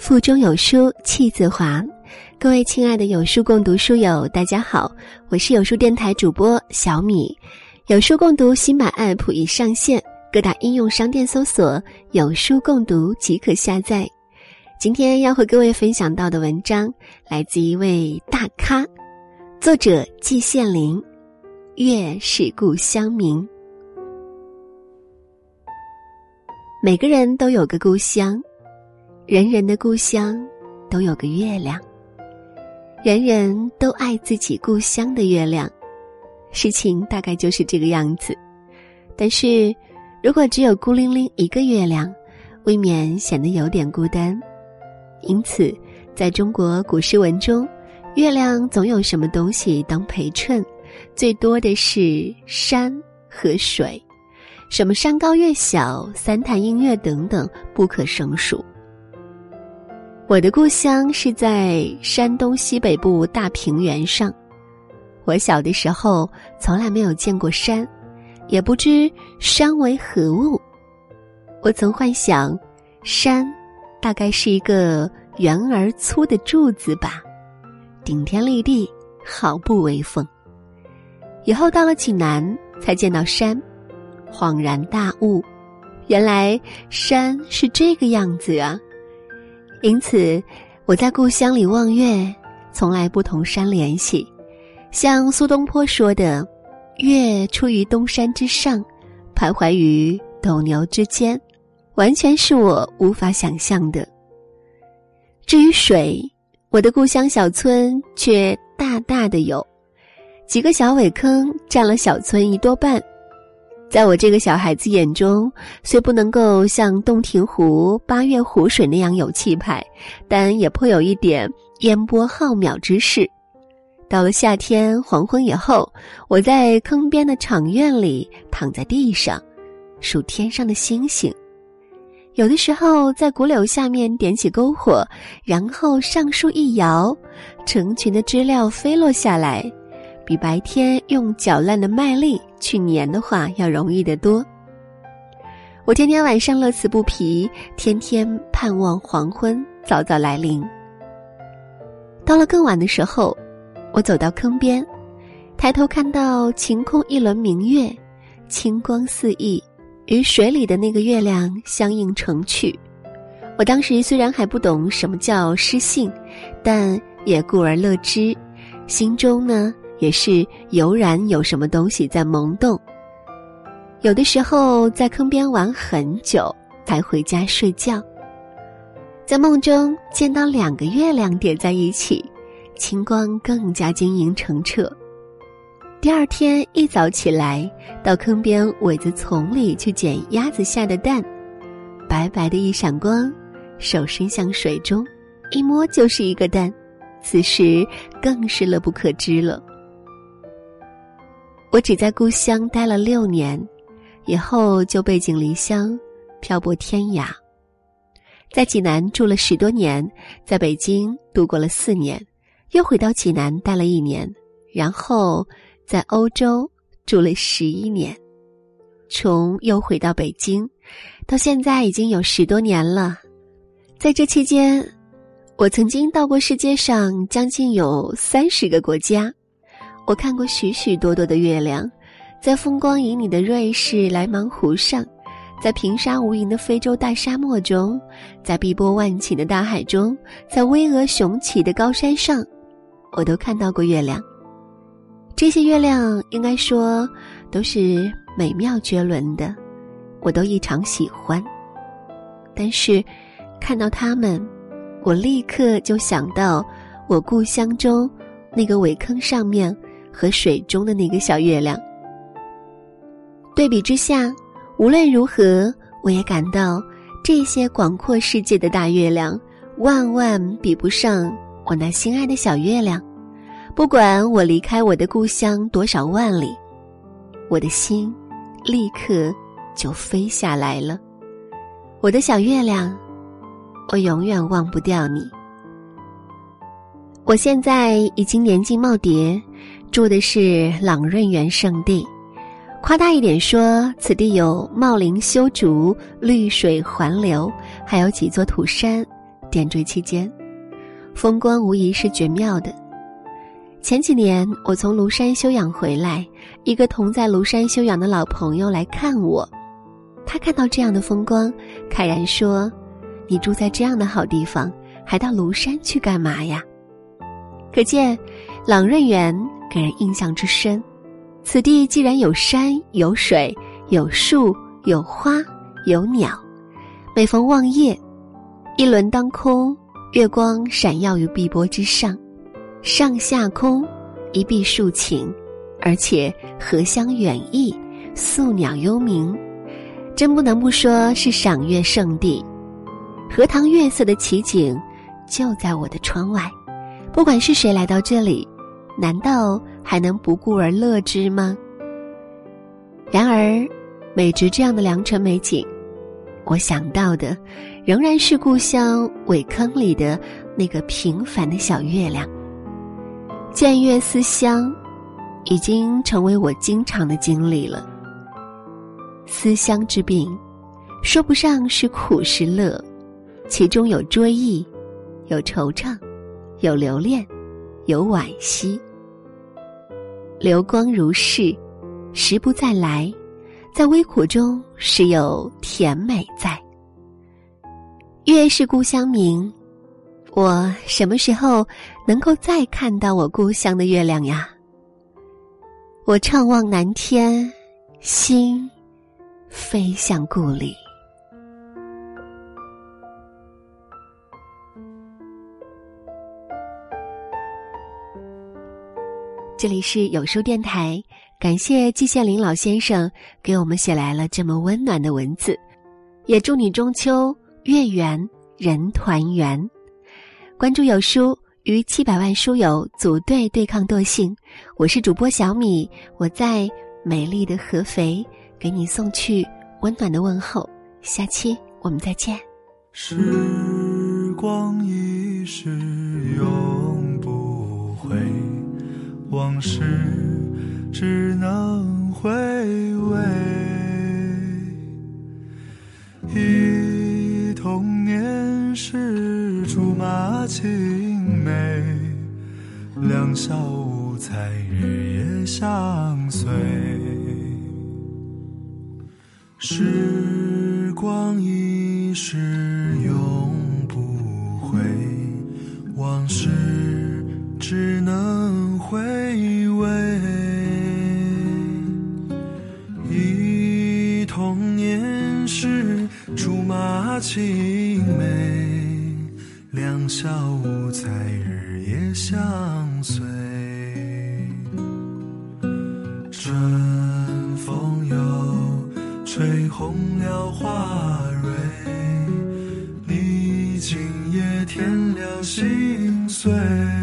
腹中有书气自华。各位亲爱的有书共读书友，大家好，我是有书电台主播小米。有书共读新版 App 已上线，各大应用商店搜索有书共读即可下载。今天要和各位分享到的文章来自一位大咖，作者季羡林，月是故乡明。每个人都有个故乡，人人的故乡都有个月亮，人人都爱自己故乡的月亮。事情大概就是这个样子。但是如果只有孤零零一个月亮，未免显得有点孤单。因此在中国古诗文中，月亮总有什么东西当陪衬，最多的是山和水，什么山高月小、三潭印月等等不可胜数。我的故乡是在山东西北部大平原上。我小的时候从来没有见过山，也不知山为何物。我曾幻想山大概是一个圆而粗的柱子吧，顶天立地，毫不威风。以后到了济南才见到山，恍然大悟，原来山是这个样子啊。因此我在故乡里望月，从来不同山联系。像苏东坡说的，月出于东山之上，徘徊于斗牛之间，完全是我无法想象的。至于水，我的故乡小村却大大的有，几个小苇坑占了小村一多半。在我这个小孩子眼中，虽不能够像洞庭湖、八月湖水那样有气派，但也颇有一点烟波浩渺之势。到了夏天黄昏以后，我在坑边的场院里躺在地上，数天上的星星。有的时候在古柳下面点起篝火，然后上树一摇，成群的知了飞落下来，比白天用搅烂的麦粒去碾的话要容易得多。我天天晚上乐此不疲，天天盼望黄昏早早来临。到了更晚的时候，我走到坑边，抬头看到晴空一轮明月，清光四溢，与水里的那个月亮相映成趣。我当时虽然还不懂什么叫诗性，但也故而乐之，心中呢也是油然有什么东西在萌动。有的时候在坑边玩很久才回家睡觉，在梦中见到2个月亮叠在一起，清光更加晶莹澄澈。第二天一早起来，到坑边苇子丛里去捡鸭子下的蛋，白白的一闪光，手伸向水中，一摸就是一个蛋，此时更是乐不可支了。我只在故乡待了6年，以后就背井离乡，漂泊天涯。在济南住了10多年，在北京度过了4年，又回到济南待了1年，然后在欧洲住了11年，从又回到北京，到现在已经有10多年了。在这期间，我曾经到过世界上将近有30个国家，我看过许许多多的月亮，在风光旖旎的瑞士莱芒湖上，在平沙无垠的非洲大沙漠中，在碧波万顷的大海中，在巍峨雄奇的高山上，我都看到过月亮。这些月亮应该说都是美妙绝伦的，我都异常喜欢。但是看到它们，我立刻就想到我故乡中那个苇坑上面和水中的那个小月亮。对比之下，无论如何，我也感到这些广阔世界的大月亮万万比不上我那心爱的小月亮。不管我离开我的故乡多少万里，我的心立刻就飞下来了。我的小月亮，我永远忘不掉你。我现在已经年近耄耋，住的是朗润园圣地。夸大一点说，此地有茂林修竹，绿水环流，还有几座土山， 点缀其间，风光无疑是绝妙的。前几年我从庐山休养回来，一个同在庐山休养的老朋友来看我，他看到这样的风光，慨然说：你住在这样的好地方，还到庐山去干嘛呀？可见朗润园给人印象之深，此地既然有山有水有树有花有鸟，每逢望夜，一轮当空，月光闪耀于碧波之上，上下空一碧数晴，而且荷香远溢，宿鸟幽鸣，真不能不说是赏月圣地。荷塘月色的奇景就在我的窗外，不管是谁来到这里，难道还能不顾而乐之吗？然而美值这样的良辰美景，我想到的仍然是故乡苇坑里的那个平凡的小月亮。见月思乡已经成为我经常的经历了。思乡之病说不上是苦是乐，其中有追忆，有惆怅，有留恋，有惋惜。流光如逝，时不再来，在微苦中时有甜美在。月是故乡明，我什么时候能够再看到我故乡的月亮呀？我怅望南天，心飞向故里。这里是有书电台，感谢季羡林老先生给我们写来了这么温暖的文字，也祝你中秋月圆人团圆。关注有书，与700万书友组队对抗惰性。我是主播小米，我在美丽的合肥给你送去温暖的问候。下期我们再见。 时光一逝永不回，往事只能回味。忆童年时竹马青梅，两小无猜日夜相随。时光一逝永不回，往事只能回味。忆童年时竹马青梅，两小无猜日夜相随。春风又吹红了花蕊，你今夜添了心碎，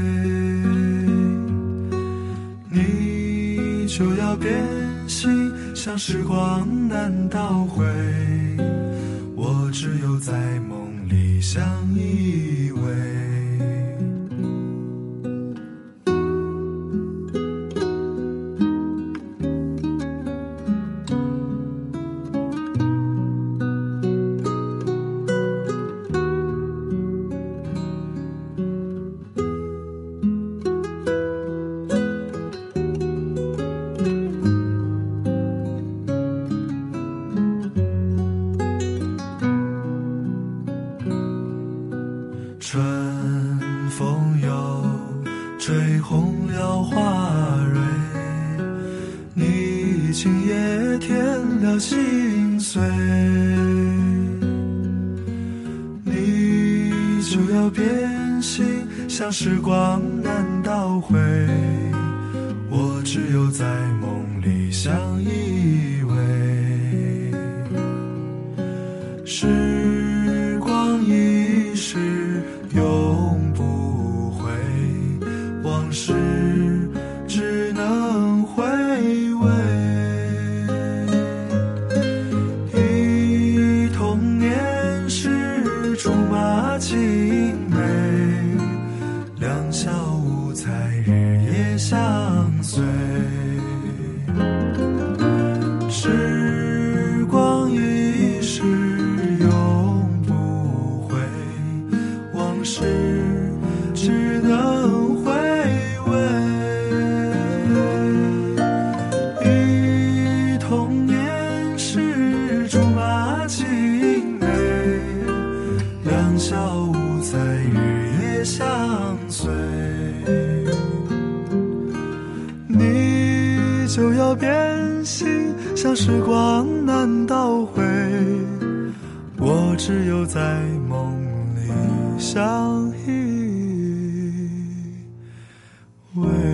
你就要变心，像时光难倒回，我只有在梦里相依偎。春风又吹红了花蕊，你今夜添了心碎，你就要变心，像时光难倒回，我只有在梦里相依偎。时光一逝永不回，往事只能回味。忆童年时竹马青梅，两小无猜日夜相随。时光一逝永不回， 小屋在日夜相随，你就要变心，像时光难倒回，我只有在梦里相依偎。